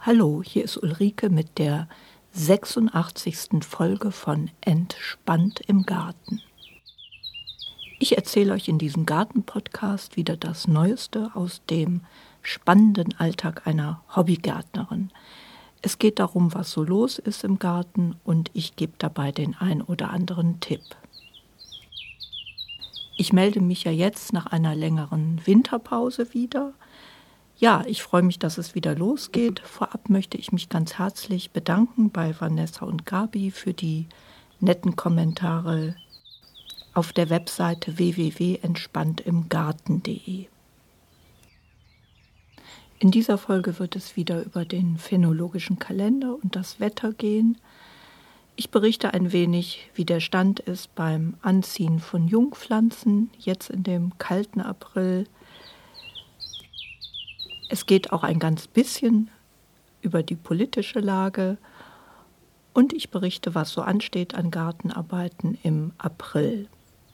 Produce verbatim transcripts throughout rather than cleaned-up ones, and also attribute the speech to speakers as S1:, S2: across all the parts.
S1: Hallo, hier ist Ulrike mit der sechsundachtzigsten Folge von Entspannt im Garten. Ich erzähle euch in diesem Garten-Podcast wieder das Neueste aus dem spannenden Alltag einer Hobbygärtnerin. Es geht darum, was so los ist im Garten, und ich gebe dabei den ein oder anderen Tipp. Ich melde mich ja jetzt nach einer längeren Winterpause wieder. Ja, ich freue mich, dass es wieder losgeht. Vorab möchte ich mich ganz herzlich bedanken bei Vanessa und Gabi für die netten Kommentare auf der Webseite w w w punkt entspannt im garten punkt d e. In dieser Folge wird es wieder über den phänologischen Kalender und das Wetter gehen. Ich berichte ein wenig, wie der Stand ist beim Anziehen von Jungpflanzen, jetzt in dem kalten April. Es geht auch ein ganz bisschen über die politische Lage und ich berichte, was so ansteht an Gartenarbeiten im April.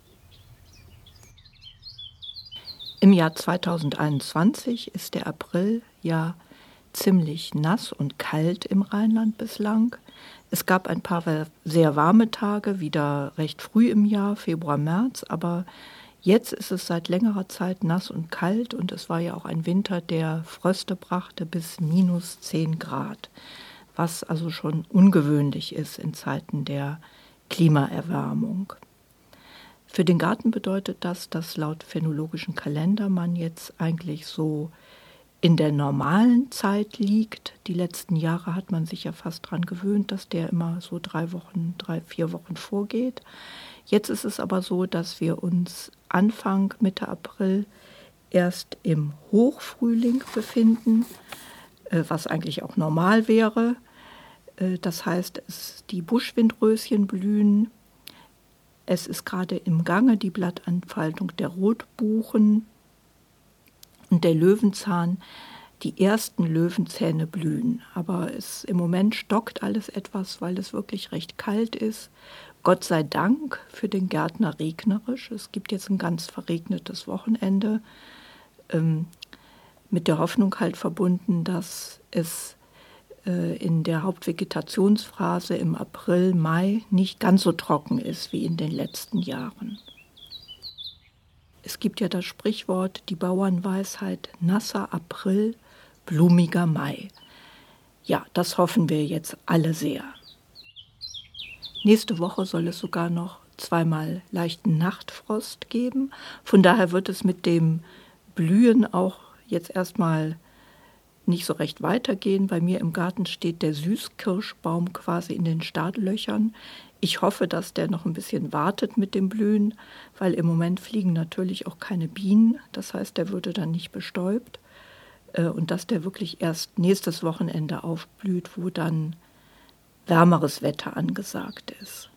S1: Im Jahr zweitausendeinundzwanzig ist der April ja ziemlich nass und kalt im Rheinland bislang. Es gab ein paar sehr warme Tage, wieder recht früh im Jahr, Februar, März, aber jetzt ist es seit längerer Zeit nass und kalt und es war ja auch ein Winter, der Fröste brachte bis minus zehn Grad, was also schon ungewöhnlich ist in Zeiten der Klimaerwärmung. Für den Garten bedeutet das, dass laut phänologischen Kalender man jetzt eigentlich so in der normalen Zeit liegt. Die letzten Jahre hat man sich ja fast daran gewöhnt, dass der immer so drei Wochen, drei, vier Wochen vorgeht. Jetzt ist es aber so, dass wir uns Anfang, Mitte April erst im Hochfrühling befinden, was eigentlich auch normal wäre. Das heißt, es, die Buschwindröschen blühen. Es ist gerade im Gange die Blattentfaltung der Rotbuchen und der Löwenzahn. Die ersten Löwenzähne blühen, aber es, im Moment stockt alles etwas, weil es wirklich recht kalt ist. Gott sei Dank für den Gärtner regnerisch. Es gibt jetzt ein ganz verregnetes Wochenende, ähm, mit der Hoffnung halt verbunden, dass es äh, in der Hauptvegetationsphase im April, Mai nicht ganz so trocken ist wie in den letzten Jahren. Es gibt ja das Sprichwort, die Bauernweisheit, nasser April, blumiger Mai. Ja, das hoffen wir jetzt alle sehr. Nächste Woche soll es sogar noch zweimal leichten Nachtfrost geben. Von daher wird es mit dem Blühen auch jetzt erstmal nicht so recht weitergehen. Bei mir im Garten steht der Süßkirschbaum quasi in den Startlöchern. Ich hoffe, dass der noch ein bisschen wartet mit dem Blühen, weil im Moment fliegen natürlich auch keine Bienen. Das heißt, der würde dann nicht bestäubt. Und dass der wirklich erst nächstes Wochenende aufblüht, wo dann wärmeres Wetter angesagt ist.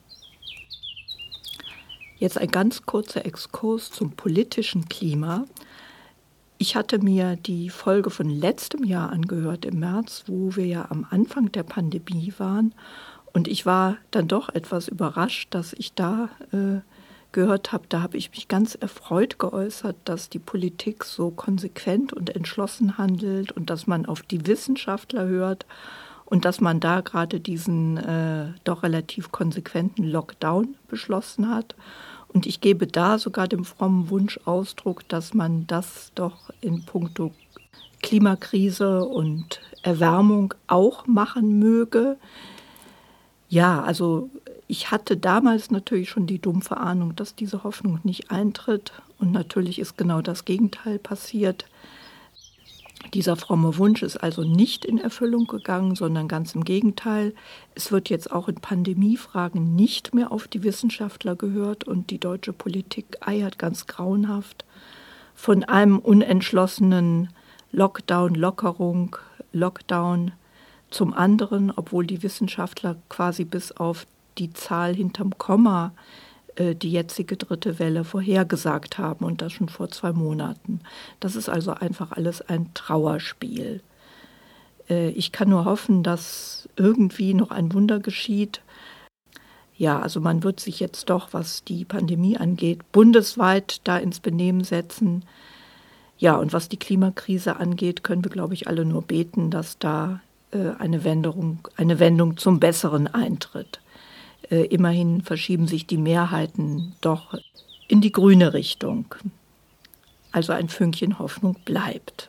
S1: Jetzt ein ganz kurzer Exkurs zum politischen Klima. Ich hatte mir die Folge von letztem Jahr angehört, im März, wo wir ja am Anfang der Pandemie waren. Und ich war dann doch etwas überrascht, dass ich da äh, gehört habe, da habe ich mich ganz erfreut geäußert, dass die Politik so konsequent und entschlossen handelt und dass man auf die Wissenschaftler hört. Und dass man da gerade diesen äh, doch relativ konsequenten Lockdown beschlossen hat. Und ich gebe da sogar dem frommen Wunsch Ausdruck, dass man das doch in puncto Klimakrise und Erwärmung auch machen möge. Ja, also ich hatte damals natürlich schon die dumpfe Ahnung, dass diese Hoffnung nicht eintritt. Und natürlich ist genau das Gegenteil passiert. Dieser fromme Wunsch ist also nicht in Erfüllung gegangen, sondern ganz im Gegenteil. Es wird jetzt auch in Pandemiefragen nicht mehr auf die Wissenschaftler gehört und die deutsche Politik eiert ganz grauenhaft von einem unentschlossenen Lockdown, Lockerung, Lockdown zum anderen, obwohl die Wissenschaftler quasi bis auf die Zahl hinterm Komma die jetzige dritte Welle vorhergesagt haben und das schon vor zwei Monaten. Das ist also einfach alles ein Trauerspiel. Ich kann nur hoffen, dass irgendwie noch ein Wunder geschieht. Ja, also man wird sich jetzt doch, was die Pandemie angeht, bundesweit da ins Benehmen setzen. Ja, und was die Klimakrise angeht, können wir, glaube ich, alle nur beten, dass da äh, eine Wendung, eine Wendung zum Besseren eintritt. Äh, immerhin verschieben sich die Mehrheiten doch in die grüne Richtung. Also ein Fünkchen Hoffnung bleibt.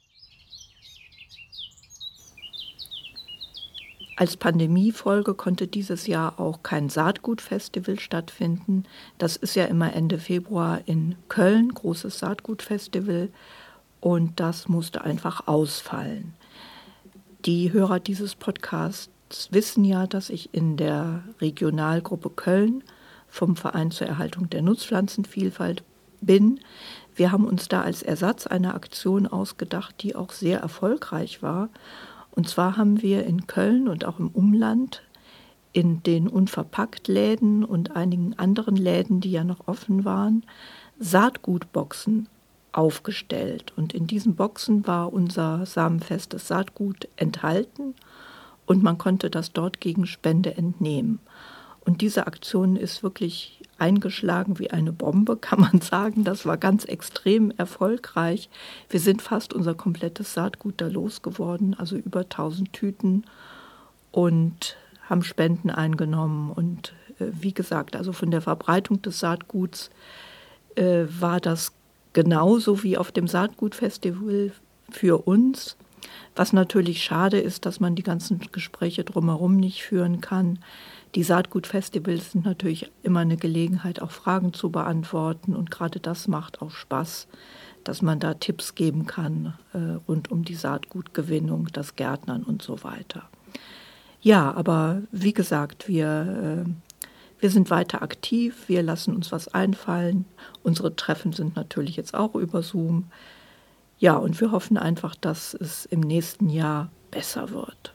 S1: Als Pandemiefolge konnte dieses Jahr auch kein Saatgutfestival stattfinden. Das ist ja immer Ende Februar in Köln, großes Saatgutfestival, und das musste einfach ausfallen. Die Hörer dieses Podcasts wissen ja, dass ich in der Regionalgruppe Köln vom Verein zur Erhaltung der Nutzpflanzenvielfalt bin. Wir haben uns da als Ersatz eine Aktion ausgedacht, die auch sehr erfolgreich war. Und zwar haben wir in Köln und auch im Umland in den Unverpacktläden und einigen anderen Läden, die ja noch offen waren, Saatgutboxen aufgestellt. Und in diesen Boxen war unser samenfestes Saatgut enthalten und man konnte das dort gegen Spende entnehmen. Und diese Aktion ist wirklich eingeschlagen wie eine Bombe, kann man sagen. Das war ganz extrem erfolgreich. Wir sind fast unser komplettes Saatgut da losgeworden, also über tausend Tüten, und haben Spenden eingenommen. Und äh, wie gesagt, also von der Verbreitung des Saatguts äh, war das genauso wie auf dem Saatgutfestival für uns. Was natürlich schade ist, dass man die ganzen Gespräche drumherum nicht führen kann. Die Saatgutfestivals sind natürlich immer eine Gelegenheit, auch Fragen zu beantworten. Und gerade das macht auch Spaß, dass man da Tipps geben kann äh, rund um die Saatgutgewinnung, das Gärtnern und so weiter. Ja, aber wie gesagt, wir, äh, wir sind weiter aktiv, wir lassen uns was einfallen. Unsere Treffen sind natürlich jetzt auch über Zoom. Ja, und wir hoffen einfach, dass es im nächsten Jahr besser wird.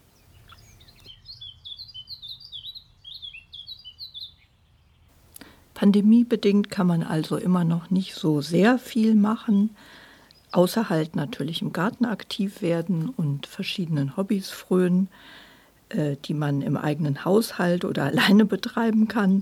S1: Pandemiebedingt kann man also immer noch nicht so sehr viel machen, außer halt natürlich im Garten aktiv werden und verschiedenen Hobbys frönen, äh, die man im eigenen Haushalt oder alleine betreiben kann.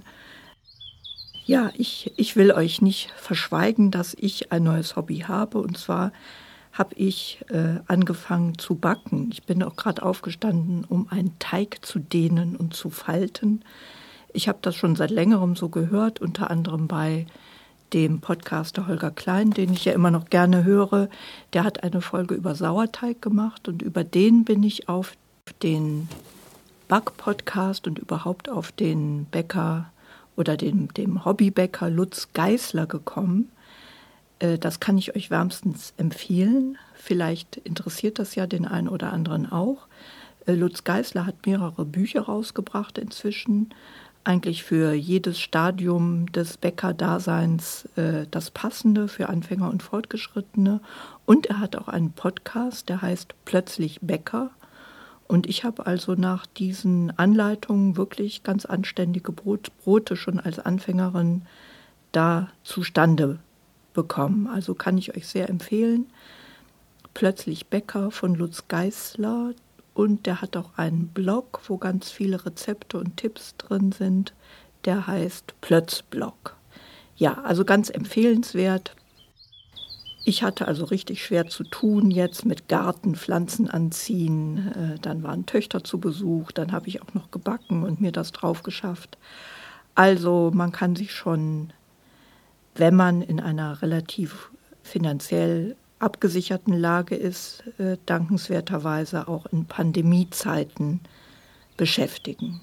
S1: Ja, ich, ich will euch nicht verschweigen, dass ich ein neues Hobby habe, und zwar habe ich äh, angefangen zu backen. Ich bin auch gerade aufgestanden, um einen Teig zu dehnen und zu falten. Ich habe das schon seit längerem so gehört, unter anderem bei dem Podcaster Holger Klein, den ich ja immer noch gerne höre. Der hat eine Folge über Sauerteig gemacht und über den bin ich auf den Back-Podcast und überhaupt auf den Bäcker oder den, dem Hobbybäcker Lutz Geisler gekommen. Äh, das kann ich euch wärmstens empfehlen. Vielleicht interessiert das ja den einen oder anderen auch. Äh, Lutz Geisler hat mehrere Bücher rausgebracht inzwischen, eigentlich für jedes Stadium des Bäckerdaseins äh, das Passende für Anfänger und Fortgeschrittene. Und er hat auch einen Podcast, der heißt Plötzlich Bäcker. Und ich habe also nach diesen Anleitungen wirklich ganz anständige Brot, Brote schon als Anfängerin da zustande bekommen. Also kann ich euch sehr empfehlen. Plötzlich Bäcker von Lutz Geisler. Und der hat auch einen Blog, wo ganz viele Rezepte und Tipps drin sind. Der heißt Plötzblog. Ja, also ganz empfehlenswert. Ich hatte also richtig schwer zu tun jetzt mit Garten, Pflanzen anziehen. Dann waren Töchter zu Besuch, dann habe ich auch noch gebacken und mir das drauf geschafft. Also man kann sich schon, wenn man in einer relativ finanziell abgesicherten Lage ist, äh, dankenswerterweise auch in Pandemiezeiten beschäftigen.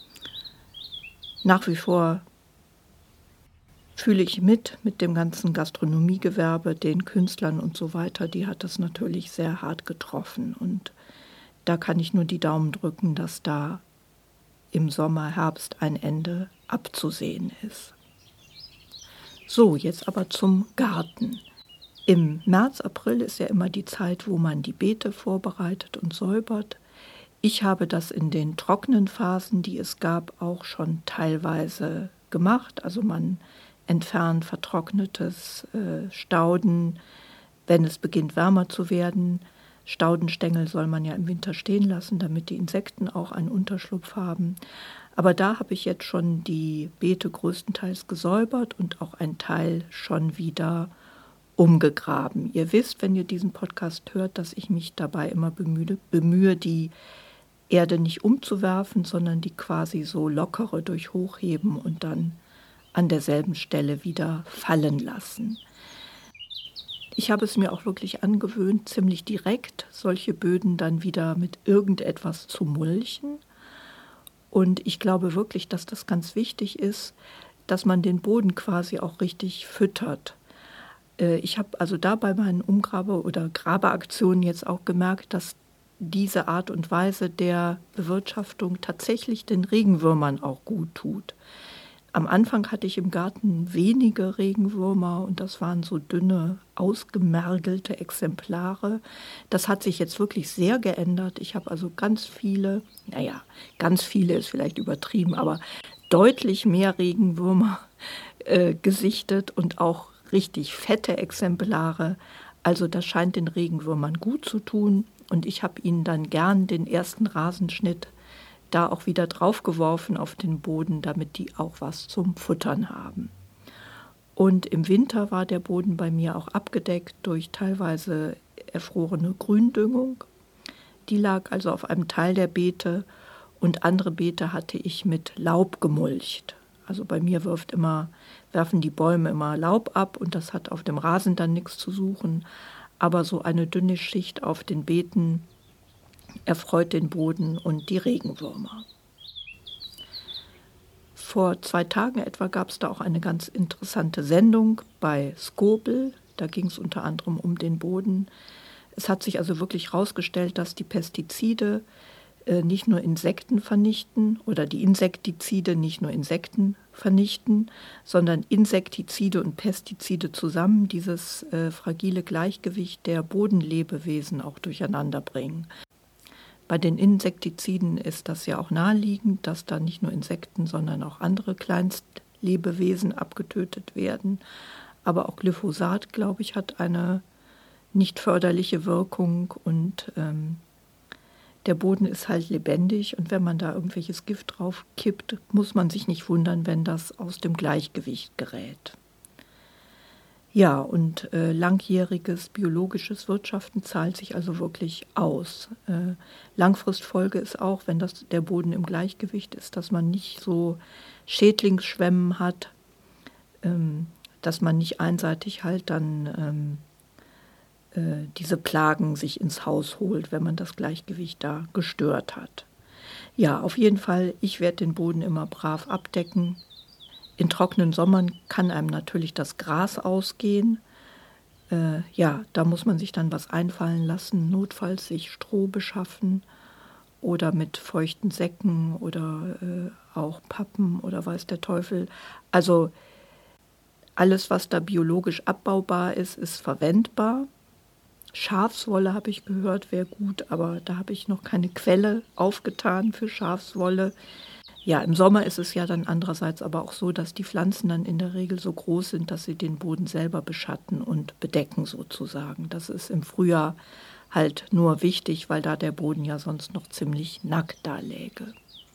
S1: Nach wie vor fühle ich mit, mit dem ganzen Gastronomiegewerbe, den Künstlern und so weiter, die hat das natürlich sehr hart getroffen. Und da kann ich nur die Daumen drücken, dass da im Sommer, Herbst ein Ende abzusehen ist. So, jetzt aber zum Garten. Im März, April ist ja immer die Zeit, wo man die Beete vorbereitet und säubert. Ich habe das in den trockenen Phasen, die es gab, auch schon teilweise gemacht. Also man entfernt vertrocknetes äh, Stauden, wenn es beginnt wärmer zu werden. Staudenstängel soll man ja im Winter stehen lassen, damit die Insekten auch einen Unterschlupf haben. Aber da habe ich jetzt schon die Beete größtenteils gesäubert und auch ein Teil schon wieder umgegraben. Ihr wisst, wenn ihr diesen Podcast hört, dass ich mich dabei immer bemühe, bemühe die Erde nicht umzuwerfen, sondern die quasi so lockere durch Hochheben und dann an derselben Stelle wieder fallen lassen. Ich habe es mir auch wirklich angewöhnt, ziemlich direkt solche Böden dann wieder mit irgendetwas zu mulchen. Und ich glaube wirklich, dass das ganz wichtig ist, dass man den Boden quasi auch richtig füttert. Ich habe also da bei meinen Umgrabe- oder Grabeaktionen jetzt auch gemerkt, dass diese Art und Weise der Bewirtschaftung tatsächlich den Regenwürmern auch gut tut. Am Anfang hatte ich im Garten wenige Regenwürmer und das waren so dünne, ausgemergelte Exemplare. Das hat sich jetzt wirklich sehr geändert. Ich habe also ganz viele, naja, ganz viele ist vielleicht übertrieben, aber deutlich mehr Regenwürmer äh, gesichtet und auch richtig fette Exemplare. Also das scheint den Regenwürmern gut zu tun und ich habe ihnen dann gern den ersten Rasenschnitt da auch wieder draufgeworfen auf den Boden, damit die auch was zum Futtern haben. Und im Winter war der Boden bei mir auch abgedeckt durch teilweise erfrorene Gründüngung. Die lag also auf einem Teil der Beete und andere Beete hatte ich mit Laub gemulcht. Also bei mir wirft immer, werfen die Bäume immer Laub ab und das hat auf dem Rasen dann nichts zu suchen. Aber so eine dünne Schicht auf den Beeten erfreut den Boden und die Regenwürmer. Vor zwei Tagen etwa gab es da auch eine ganz interessante Sendung bei Skobel. Da ging es unter anderem um den Boden. Es hat sich also wirklich herausgestellt, dass die Pestizide äh, nicht nur Insekten vernichten oder die Insektizide nicht nur Insekten vernichten, sondern Insektizide und Pestizide zusammen dieses äh, fragile Gleichgewicht der Bodenlebewesen auch durcheinander bringen. Bei den Insektiziden ist das ja auch naheliegend, dass da nicht nur Insekten, sondern auch andere Kleinstlebewesen abgetötet werden. Aber auch Glyphosat, glaube ich, hat eine nicht förderliche Wirkung und ähm, der Boden ist halt lebendig und wenn man da irgendwelches Gift drauf kippt, muss man sich nicht wundern, wenn das aus dem Gleichgewicht gerät. Ja, und äh, langjähriges biologisches Wirtschaften zahlt sich also wirklich aus. Äh, Langfristfolge ist auch, wenn das, der Boden im Gleichgewicht ist, dass man nicht so Schädlingsschwemmen hat, ähm, dass man nicht einseitig halt dann ähm, äh, diese Plagen sich ins Haus holt, wenn man das Gleichgewicht da gestört hat. Ja, auf jeden Fall, ich werde den Boden immer brav abdecken. In trockenen Sommern kann einem natürlich das Gras ausgehen. Äh, ja, da muss man sich dann was einfallen lassen, notfalls sich Stroh beschaffen oder mit feuchten Säcken oder äh, auch Pappen oder weiß der Teufel. Also alles, was da biologisch abbaubar ist, ist verwendbar. Schafswolle habe ich gehört, wäre gut, aber da habe ich noch keine Quelle aufgetan für Schafswolle. Ja, im Sommer ist es ja dann andererseits aber auch so, dass die Pflanzen dann in der Regel so groß sind, dass sie den Boden selber beschatten und bedecken sozusagen. Das ist im Frühjahr halt nur wichtig, weil da der Boden ja sonst noch ziemlich nackt da läge.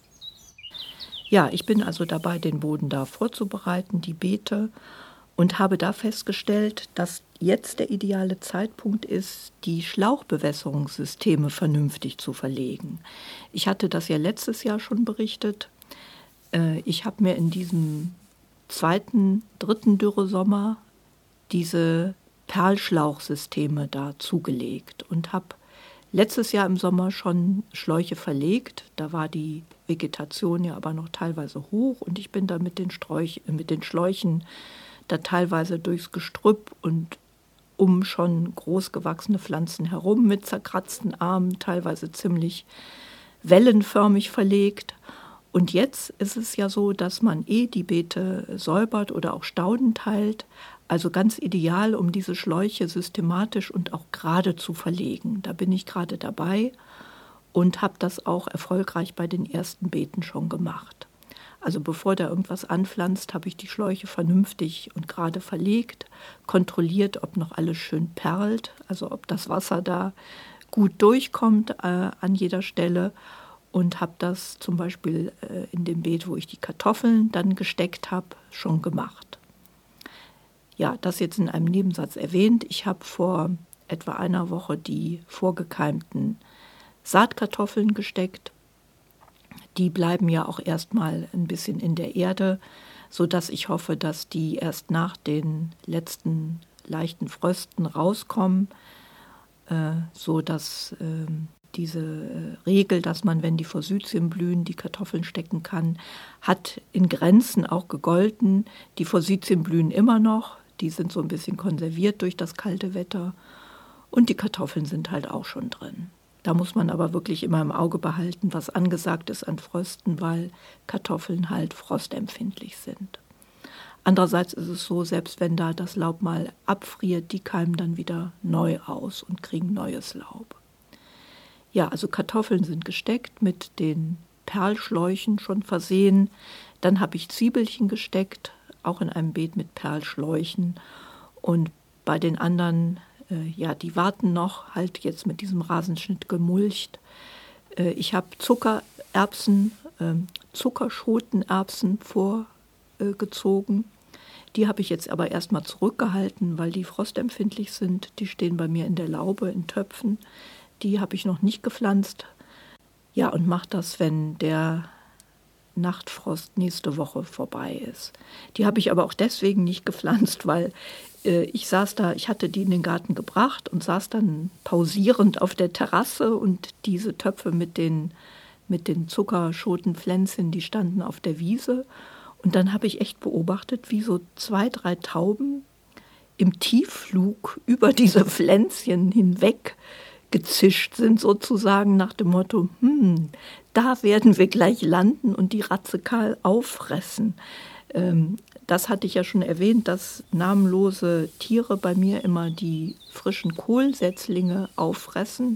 S1: Ja, ich bin also dabei, den Boden da vorzubereiten, die Beete, und habe da festgestellt, dass jetzt der ideale Zeitpunkt ist, die Schlauchbewässerungssysteme vernünftig zu verlegen. Ich hatte das ja letztes Jahr schon berichtet. Ich habe mir in diesem zweiten, dritten Dürresommer diese Perlschlauchsysteme da zugelegt und habe letztes Jahr im Sommer schon Schläuche verlegt. Da war die Vegetation ja aber noch teilweise hoch und ich bin da mit den, Sträuch, mit den Schläuchen da teilweise durchs Gestrüpp und um schon groß gewachsene Pflanzen herum mit zerkratzten Armen, teilweise ziemlich wellenförmig verlegt. Und jetzt ist es ja so, dass man eh die Beete säubert oder auch Stauden teilt. Also ganz ideal, um diese Schläuche systematisch und auch gerade zu verlegen. Da bin ich gerade dabei und habe das auch erfolgreich bei den ersten Beeten schon gemacht. Also bevor da irgendwas anpflanzt, habe ich die Schläuche vernünftig und gerade verlegt, kontrolliert, ob noch alles schön perlt, also ob das Wasser da gut durchkommt äh, an jeder Stelle. Und habe das zum Beispiel äh, in dem Beet, wo ich die Kartoffeln dann gesteckt habe, schon gemacht. Ja, das jetzt in einem Nebensatz erwähnt. Ich habe vor etwa einer Woche die vorgekeimten Saatkartoffeln gesteckt. Die bleiben ja auch erstmal ein bisschen in der Erde, sodass ich hoffe, dass die erst nach den letzten leichten Frösten rauskommen, äh, sodass äh, diese äh, Regel, dass man, wenn die Forsythien blühen, die Kartoffeln stecken kann, hat in Grenzen auch gegolten. Die Forsythien blühen immer noch, die sind so ein bisschen konserviert durch das kalte Wetter und die Kartoffeln sind halt auch schon drin. Da muss man aber wirklich immer im Auge behalten, was angesagt ist an Frösten, weil Kartoffeln halt frostempfindlich sind. Andererseits ist es so, selbst wenn da das Laub mal abfriert, die keimen dann wieder neu aus und kriegen neues Laub. Ja, also Kartoffeln sind gesteckt, mit den Perlschläuchen schon versehen. Dann habe ich Zwiebelchen gesteckt, auch in einem Beet mit Perlschläuchen. Und bei den anderen, äh, ja, die warten noch, halt jetzt mit diesem Rasenschnitt gemulcht. Äh, ich habe Zuckererbsen, äh, Zuckerschotenerbsen vorgezogen. Die habe ich jetzt aber erstmal zurückgehalten, weil die frostempfindlich sind. Die stehen bei mir in der Laube, in Töpfen. Die habe ich noch nicht gepflanzt. Ja, und mache das, wenn der Nachtfrost nächste Woche vorbei ist. Die habe ich aber auch deswegen nicht gepflanzt, weil äh, ich saß da, ich hatte die in den Garten gebracht und saß dann pausierend auf der Terrasse und diese Töpfe mit den, mit den Zuckerschotenpflänzchen, die standen auf der Wiese. Und dann habe ich echt beobachtet, wie so zwei, drei Tauben im Tiefflug über diese Pflänzchen hinweg gezischt sind, sozusagen nach dem Motto, hm, da werden wir gleich landen und die Ratzekal auffressen. Ähm, das hatte ich ja schon erwähnt, dass namenlose Tiere bei mir immer die frischen Kohlsetzlinge auffressen.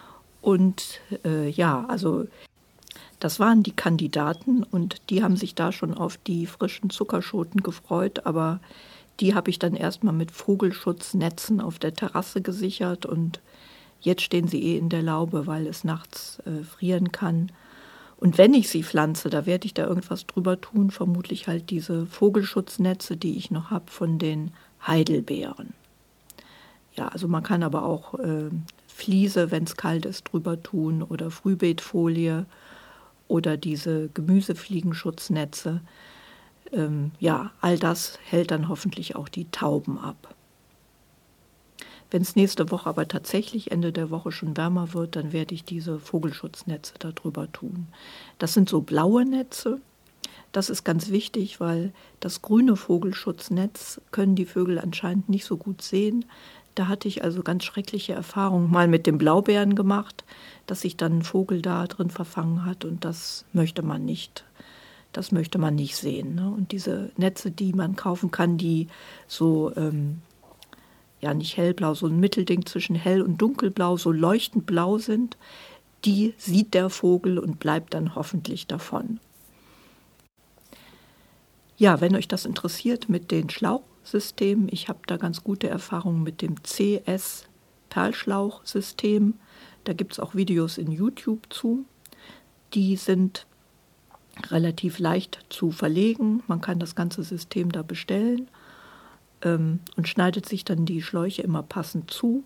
S1: Und äh, ja, also das waren die Kandidaten und die haben sich da schon auf die frischen Zuckerschoten gefreut, aber die habe ich dann erstmal mit Vogelschutznetzen auf der Terrasse gesichert und jetzt stehen sie eh in der Laube, weil es nachts äh, frieren kann. Und wenn ich sie pflanze, da werde ich da irgendwas drüber tun, vermutlich halt diese Vogelschutznetze, die ich noch habe von den Heidelbeeren. Ja, also man kann aber auch äh, Fliese, wenn es kalt ist, drüber tun oder Frühbeetfolie oder diese Gemüsefliegenschutznetze. Ähm, ja, all das hält dann hoffentlich auch die Tauben ab. Wenn es nächste Woche aber tatsächlich Ende der Woche schon wärmer wird, dann werde ich diese Vogelschutznetze da drüber tun. Das sind so blaue Netze. Das ist ganz wichtig, weil das grüne Vogelschutznetz können die Vögel anscheinend nicht so gut sehen. Da hatte ich also ganz schreckliche Erfahrungen mal mit dem Blaubeeren gemacht, dass sich dann ein Vogel da drin verfangen hat und das möchte man nicht. Das möchte man nicht sehen. Ne? Und diese Netze, die man kaufen kann, die so, ähm, ja nicht hellblau, so ein Mittelding zwischen hell und dunkelblau, so leuchtend blau sind, die sieht der Vogel und bleibt dann hoffentlich davon. Ja, wenn euch das interessiert mit den Schlauchsystemen, ich habe da ganz gute Erfahrungen mit dem C S-Perlschlauchsystem. Da gibt es auch Videos in YouTube zu. Die sind relativ leicht zu verlegen. Man kann das ganze System da bestellen ähm, und schneidet sich dann die Schläuche immer passend zu.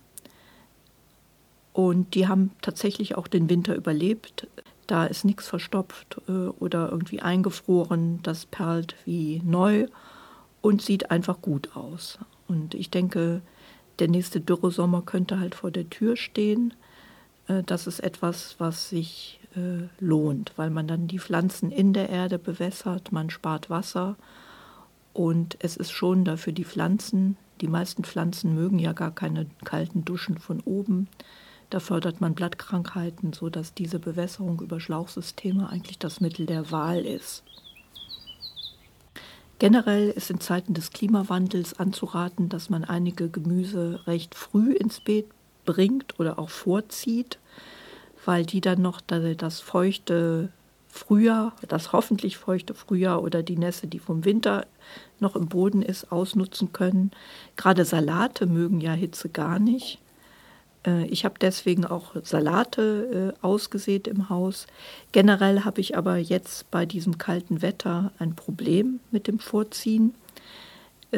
S1: Und die haben tatsächlich auch den Winter überlebt. Da ist nichts verstopft äh, oder irgendwie eingefroren. Das perlt wie neu und sieht einfach gut aus. Und ich denke, der nächste Dürresommer könnte halt vor der Tür stehen. Äh, das ist etwas, was sich äh, lohnt, weil man dann die Pflanzen in der Erde bewässert, man spart Wasser und es ist schonender für die Pflanzen. Die meisten Pflanzen mögen ja gar keine kalten Duschen von oben. Da fördert man Blattkrankheiten, sodass diese Bewässerung über Schlauchsysteme eigentlich das Mittel der Wahl ist. Generell ist in Zeiten des Klimawandels anzuraten, dass man einige Gemüse recht früh ins Beet bringt oder auch vorzieht, weil die dann noch das feuchte Frühjahr, das hoffentlich feuchte Frühjahr oder die Nässe, die vom Winter noch im Boden ist, ausnutzen können. Gerade Salate mögen ja Hitze gar nicht. Ich habe deswegen auch Salate äh, ausgesät im Haus. Generell habe ich aber jetzt bei diesem kalten Wetter ein Problem mit dem Vorziehen. Äh,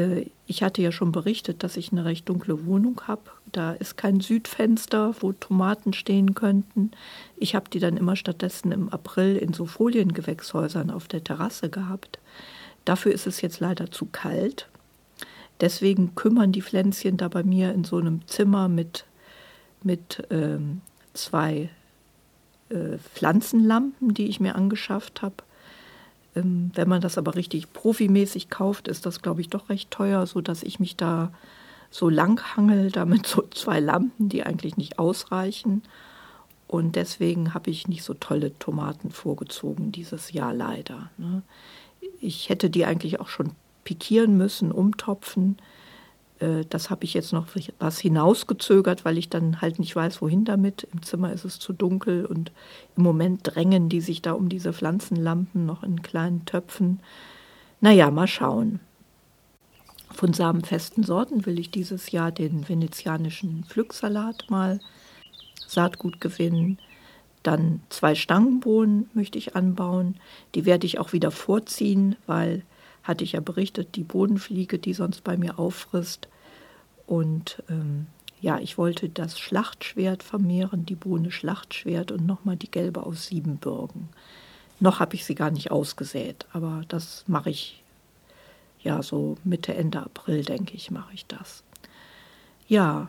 S1: Ich hatte ja schon berichtet, dass ich eine recht dunkle Wohnung habe. Da ist kein Südfenster, wo Tomaten stehen könnten. Ich habe die dann immer stattdessen im April in so Foliengewächshäusern auf der Terrasse gehabt. Dafür ist es jetzt leider zu kalt. Deswegen kümmern die Pflänzchen da bei mir in so einem Zimmer mit, mit ähm, zwei äh, Pflanzenlampen, die ich mir angeschafft habe. Ähm, wenn man das aber richtig profimäßig kauft, ist das, glaube ich, doch recht teuer, sodass ich mich da so lang hangel, damit so zwei Lampen, die eigentlich nicht ausreichen. Und deswegen habe ich nicht so tolle Tomaten vorgezogen dieses Jahr leider. Ne? Ich hätte die eigentlich auch schon pikieren müssen, umtopfen. Das habe ich jetzt noch was hinausgezögert, weil ich dann halt nicht weiß, wohin damit. Im Zimmer ist es zu dunkel und im Moment drängen die sich da um diese Pflanzenlampen noch in kleinen Töpfen. Naja, mal schauen. Von samenfesten Sorten will ich dieses Jahr den venezianischen Pflücksalat mal Saatgut gewinnen. Dann zwei Stangenbohnen möchte ich anbauen. Die werde ich auch wieder vorziehen, weil, hatte ich ja berichtet, die Bodenfliege, die sonst bei mir auffrisst. Und ähm, ja, ich wollte das Schlachtschwert vermehren, die Bohne Schlachtschwert und nochmal die gelbe aus Siebenbürgen. Noch habe ich sie gar nicht ausgesät, aber das mache ich, ja, so Mitte, Ende April, denke ich, mache ich das. Ja,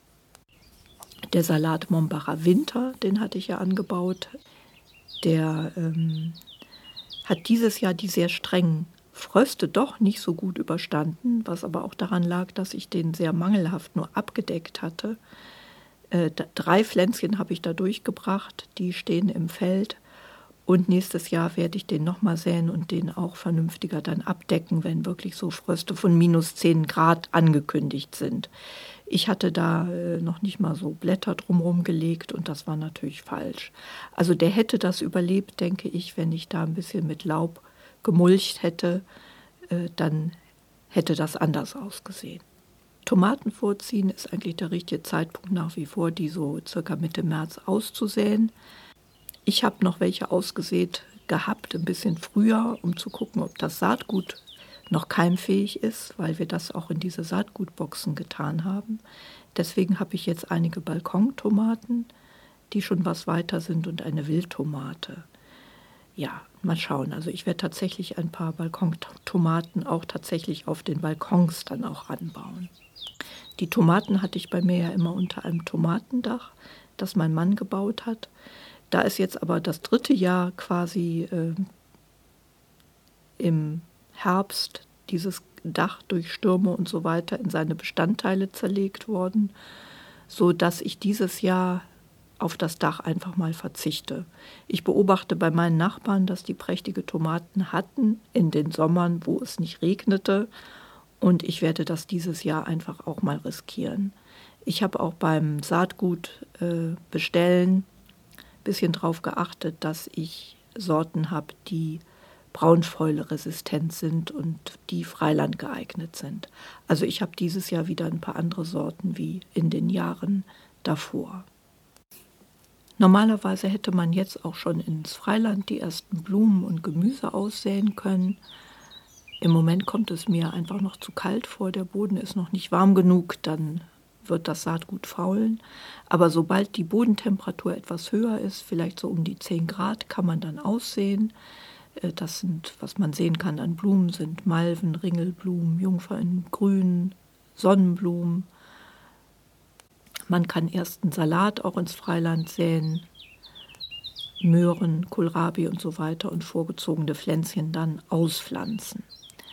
S1: der Salat Mombacher Winter, den hatte ich ja angebaut, der ähm, hat dieses Jahr die sehr strengen Fröste doch nicht so gut überstanden, was aber auch daran lag, dass ich den sehr mangelhaft nur abgedeckt hatte. Äh, drei Pflänzchen habe ich da durchgebracht, die stehen im Feld. Und nächstes Jahr werde ich den nochmal säen und den auch vernünftiger dann abdecken, wenn wirklich so Fröste von minus zehn Grad angekündigt sind. Ich hatte da äh, noch nicht mal so Blätter drumherum gelegt und das war natürlich falsch. Also der hätte das überlebt, denke ich, wenn ich da ein bisschen mit Laub gemulcht hätte, äh, dann hätte das anders ausgesehen. Tomaten vorziehen ist eigentlich der richtige Zeitpunkt nach wie vor, die so circa Mitte März auszusäen. Ich habe noch welche ausgesät gehabt, ein bisschen früher, um zu gucken, ob das Saatgut noch keimfähig ist, weil wir das auch in diese Saatgutboxen getan haben. Deswegen habe ich jetzt einige Balkontomaten, die schon was weiter sind und eine Wildtomate. Ja, mal schauen. Also ich werde tatsächlich ein paar Balkontomaten auch tatsächlich auf den Balkons dann auch anbauen. Die Tomaten hatte ich bei mir ja immer unter einem Tomatendach, das mein Mann gebaut hat. Da ist jetzt aber das dritte Jahr quasi äh, im Herbst dieses Dach durch Stürme und so weiter in seine Bestandteile zerlegt worden, sodass ich dieses Jahr auf das Dach einfach mal verzichte. Ich beobachte bei meinen Nachbarn, dass die prächtige Tomaten hatten in den Sommern, wo es nicht regnete, und ich werde das dieses Jahr einfach auch mal riskieren. Ich habe auch beim Saatgut äh, bestellen ein bisschen darauf geachtet, dass ich Sorten habe, die braunfäule-resistent sind und die Freiland geeignet sind. Also ich habe dieses Jahr wieder ein paar andere Sorten wie in den Jahren davor. Normalerweise hätte man jetzt auch schon ins Freiland die ersten Blumen und Gemüse aussäen können. Im Moment kommt es mir einfach noch zu kalt vor, der Boden ist noch nicht warm genug, dann wird das Saatgut faulen. Aber sobald die Bodentemperatur etwas höher ist, vielleicht so um die zehn Grad, kann man dann aussäen. Das sind, was man sehen kann an Blumen, sind Malven, Ringelblumen, Jungferngrün, Sonnenblumen. Man kann ersten Salat auch ins Freiland säen, Möhren, Kohlrabi und so weiter und vorgezogene Pflänzchen dann auspflanzen.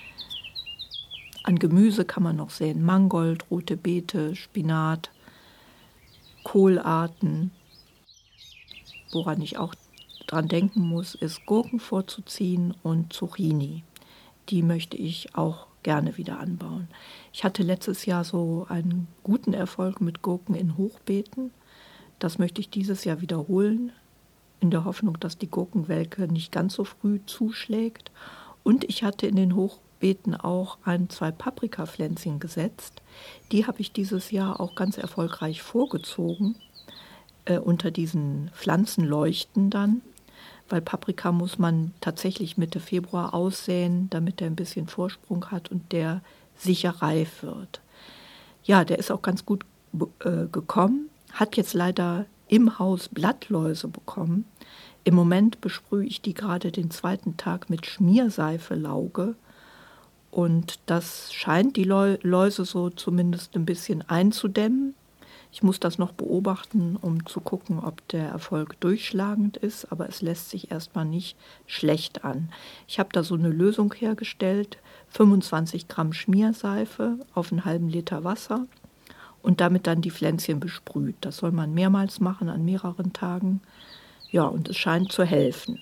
S1: An Gemüse kann man noch säen Mangold, rote Beete, Spinat, Kohlarten. Woran ich auch dran denken muss, ist Gurken vorzuziehen und Zucchini. Die möchte ich auch gerne wieder anbauen. Ich hatte letztes Jahr so einen guten Erfolg mit Gurken in Hochbeeten. Das möchte ich dieses Jahr wiederholen, in der Hoffnung, dass die Gurkenwelke nicht ganz so früh zuschlägt. Und ich hatte in den Hochbeeten auch ein, zwei Paprikapflänzchen gesetzt. Die habe ich dieses Jahr auch ganz erfolgreich vorgezogen, äh, unter diesen Pflanzenleuchten dann. Weil Paprika muss man tatsächlich Mitte Februar aussäen, damit er ein bisschen Vorsprung hat und der sicher reif wird. Ja, der ist auch ganz gut äh, gekommen, hat jetzt leider im Haus Blattläuse bekommen. Im Moment besprühe ich die gerade den zweiten Tag mit Schmierseife Lauge und das scheint die Läuse so zumindest ein bisschen einzudämmen. Ich muss das noch beobachten, um zu gucken, ob der Erfolg durchschlagend ist, aber es lässt sich erstmal nicht schlecht an. Ich habe da so eine Lösung hergestellt, fünfundzwanzig Gramm Schmierseife auf einen halben Liter Wasser und damit dann die Pflänzchen besprüht. Das soll man mehrmals machen an mehreren Tagen. Ja, und es scheint zu helfen.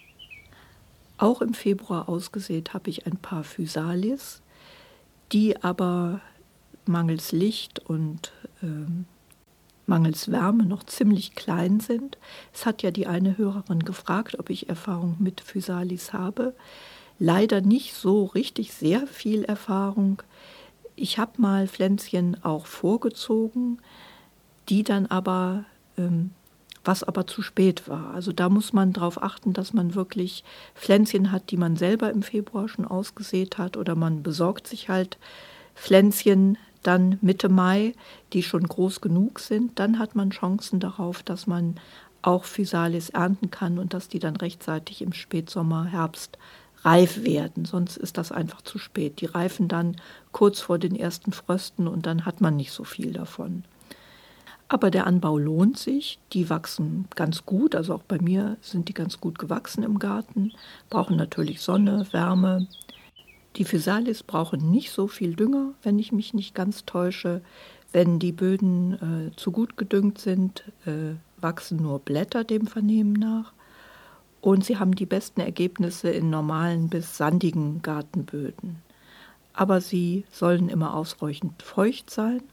S1: Auch im Februar ausgesät habe ich ein paar Physalis, die aber mangels Licht und ähm, mangels Wärme noch ziemlich klein sind. Es hat ja die eine Hörerin gefragt, ob ich Erfahrung mit Physalis habe. Leider nicht so richtig sehr viel Erfahrung. Ich habe mal Pflänzchen auch vorgezogen, die dann aber, ähm, was aber zu spät war. Also da muss man darauf achten, dass man wirklich Pflänzchen hat, die man selber im Februar schon ausgesät hat, oder man besorgt sich halt Pflänzchen dann Mitte Mai, die schon groß genug sind. Dann hat man Chancen darauf, dass man auch Physalis ernten kann und dass die dann rechtzeitig im Spätsommer, Herbst reif werden. Sonst ist das einfach zu spät. Die reifen dann kurz vor den ersten Frösten und dann hat man nicht so viel davon. Aber der Anbau lohnt sich. Die wachsen ganz gut. Also auch bei mir sind die ganz gut gewachsen im Garten. Brauchen natürlich Sonne, Wärme. Die Physalis brauchen nicht so viel Dünger, wenn ich mich nicht ganz täusche. Wenn die Böden äh, zu gut gedüngt sind, äh, wachsen nur Blätter dem Vernehmen nach. Und sie haben die besten Ergebnisse in normalen bis sandigen Gartenböden. Aber sie sollen immer ausreichend feucht sein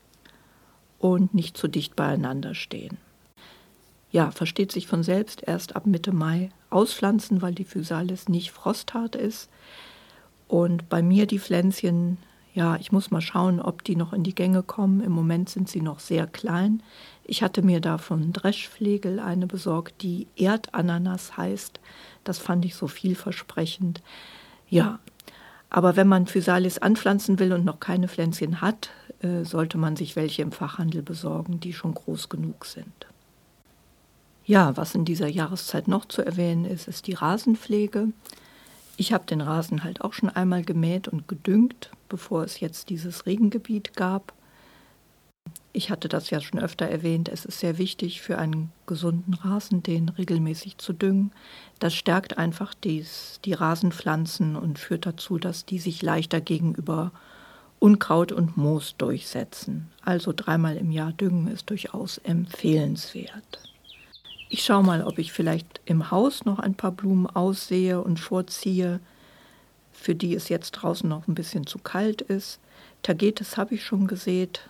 S1: und nicht zu dicht beieinander stehen. Ja, versteht sich von selbst, erst ab Mitte Mai auspflanzen, weil die Physalis nicht frosthart ist. Und bei mir die Pflänzchen, ja, ich muss mal schauen, ob die noch in die Gänge kommen. Im Moment sind sie noch sehr klein. Ich hatte mir da von Dreschflegel eine besorgt, die Erdananas heißt. Das fand ich so vielversprechend. Ja, aber wenn man Physalis anpflanzen will und noch keine Pflänzchen hat, äh, sollte man sich welche im Fachhandel besorgen, die schon groß genug sind. Ja, was in dieser Jahreszeit noch zu erwähnen ist, ist die Rasenpflege. Ich habe den Rasen halt auch schon einmal gemäht und gedüngt, bevor es jetzt dieses Regengebiet gab. Ich hatte das ja schon öfter erwähnt, es ist sehr wichtig für einen gesunden Rasen, den regelmäßig zu düngen. Das stärkt einfach dies, die Rasenpflanzen und führt dazu, dass die sich leichter gegenüber Unkraut und Moos durchsetzen. Also dreimal im Jahr düngen ist durchaus empfehlenswert. Ich schaue mal, ob ich vielleicht im Haus noch ein paar Blumen aussehe und vorziehe, für die es jetzt draußen noch ein bisschen zu kalt ist. Tagetes habe ich schon gesät.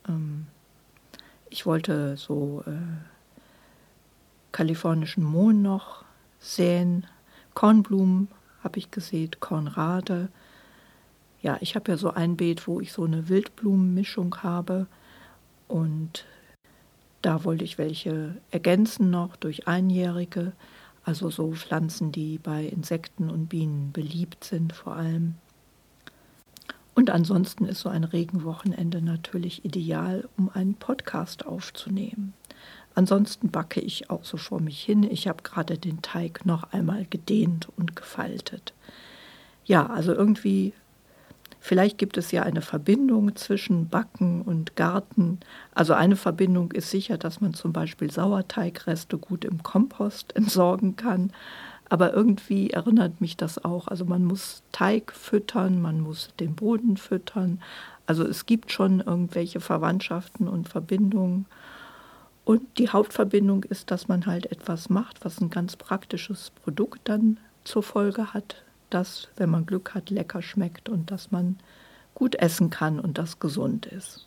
S1: Ich wollte so äh, kalifornischen Mohn noch säen. Kornblumen habe ich gesät, Kornrade. Ja, ich habe ja so ein Beet, wo ich so eine Wildblumenmischung habe und da wollte ich welche ergänzen noch durch einjährige, also so Pflanzen, die bei Insekten und Bienen beliebt sind vor allem. Und ansonsten ist so ein Regenwochenende natürlich ideal, um einen Podcast aufzunehmen. Ansonsten backe ich auch so vor mich hin. Ich habe gerade den Teig noch einmal gedehnt und gefaltet. Ja, also irgendwie, vielleicht gibt es ja eine Verbindung zwischen Backen und Garten. Also eine Verbindung ist sicher, dass man zum Beispiel Sauerteigreste gut im Kompost entsorgen kann. Aber irgendwie erinnert mich das auch. Also man muss Teig füttern, man muss den Boden füttern. Also es gibt schon irgendwelche Verwandtschaften und Verbindungen. Und die Hauptverbindung ist, dass man halt etwas macht, was ein ganz praktisches Produkt dann zur Folge hat, das, wenn man Glück hat, lecker schmeckt und dass man gut essen kann und das gesund ist.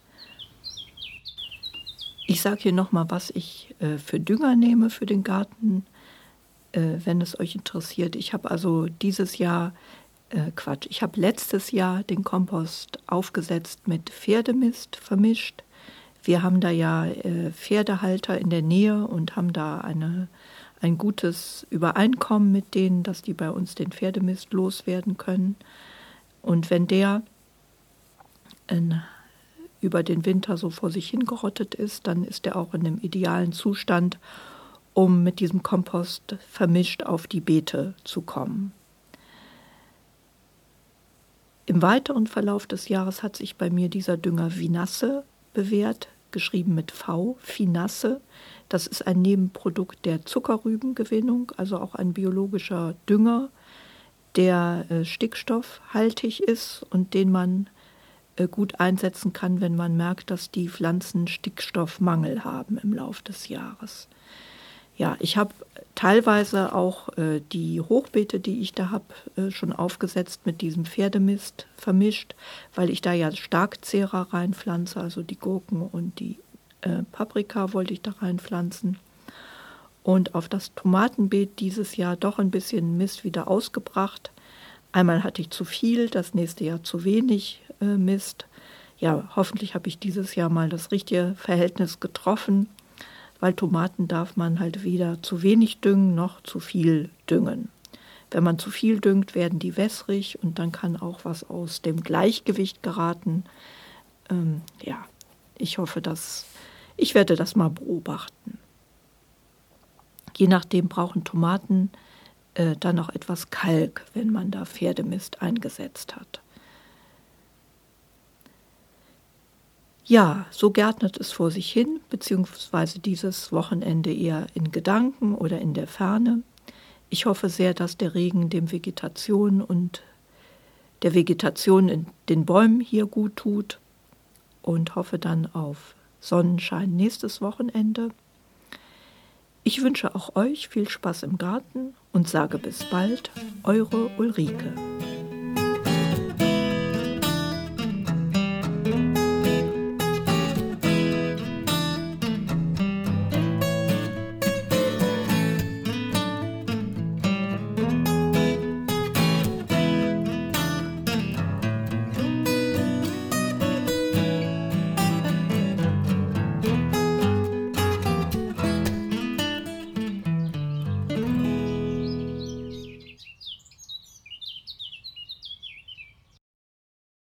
S1: Ich sage hier nochmal, was ich äh, für Dünger nehme für den Garten, äh, wenn es euch interessiert. Ich habe also dieses Jahr, äh, Quatsch, ich habe letztes Jahr den Kompost aufgesetzt mit Pferdemist vermischt. Wir haben da ja äh, Pferdehalter in der Nähe und haben da eine ein gutes Übereinkommen mit denen, dass die bei uns den Pferdemist loswerden können. Und wenn der in, über den Winter so vor sich hingerottet ist, dann ist er auch in einem idealen Zustand, um mit diesem Kompost vermischt auf die Beete zu kommen. Im weiteren Verlauf des Jahres hat sich bei mir dieser Dünger Vinasse bewährt, geschrieben mit V, Finasse. Das ist ein Nebenprodukt der Zuckerrübengewinnung, also auch ein biologischer Dünger, der äh, stickstoffhaltig ist und den man äh, gut einsetzen kann, wenn man merkt, dass die Pflanzen Stickstoffmangel haben im Laufe des Jahres. Ja, ich habe teilweise auch äh, die Hochbeete, die ich da habe, äh, schon aufgesetzt mit diesem Pferdemist vermischt, weil ich da ja Starkzehrer reinpflanze, also die Gurken und die äh, Paprika wollte ich da reinpflanzen. Und auf das Tomatenbeet dieses Jahr doch ein bisschen Mist wieder ausgebracht. Einmal hatte ich zu viel, das nächste Jahr zu wenig äh, Mist. Ja, hoffentlich habe ich dieses Jahr mal das richtige Verhältnis getroffen, weil Tomaten darf man halt weder zu wenig düngen noch zu viel düngen. Wenn man zu viel düngt, werden die wässrig und dann kann auch was aus dem Gleichgewicht geraten. Ähm, ja, ich hoffe, dass ich werde das mal beobachten. Je nachdem brauchen Tomaten äh, dann noch etwas Kalk, wenn man da Pferdemist eingesetzt hat. Ja, so gärtnet es vor sich hin, beziehungsweise dieses Wochenende eher in Gedanken oder in der Ferne. Ich hoffe sehr, dass der Regen dem Vegetation und der Vegetation in den Bäumen hier gut tut und hoffe dann auf Sonnenschein nächstes Wochenende. Ich wünsche auch euch viel Spaß im Garten und sage bis bald, eure Ulrike.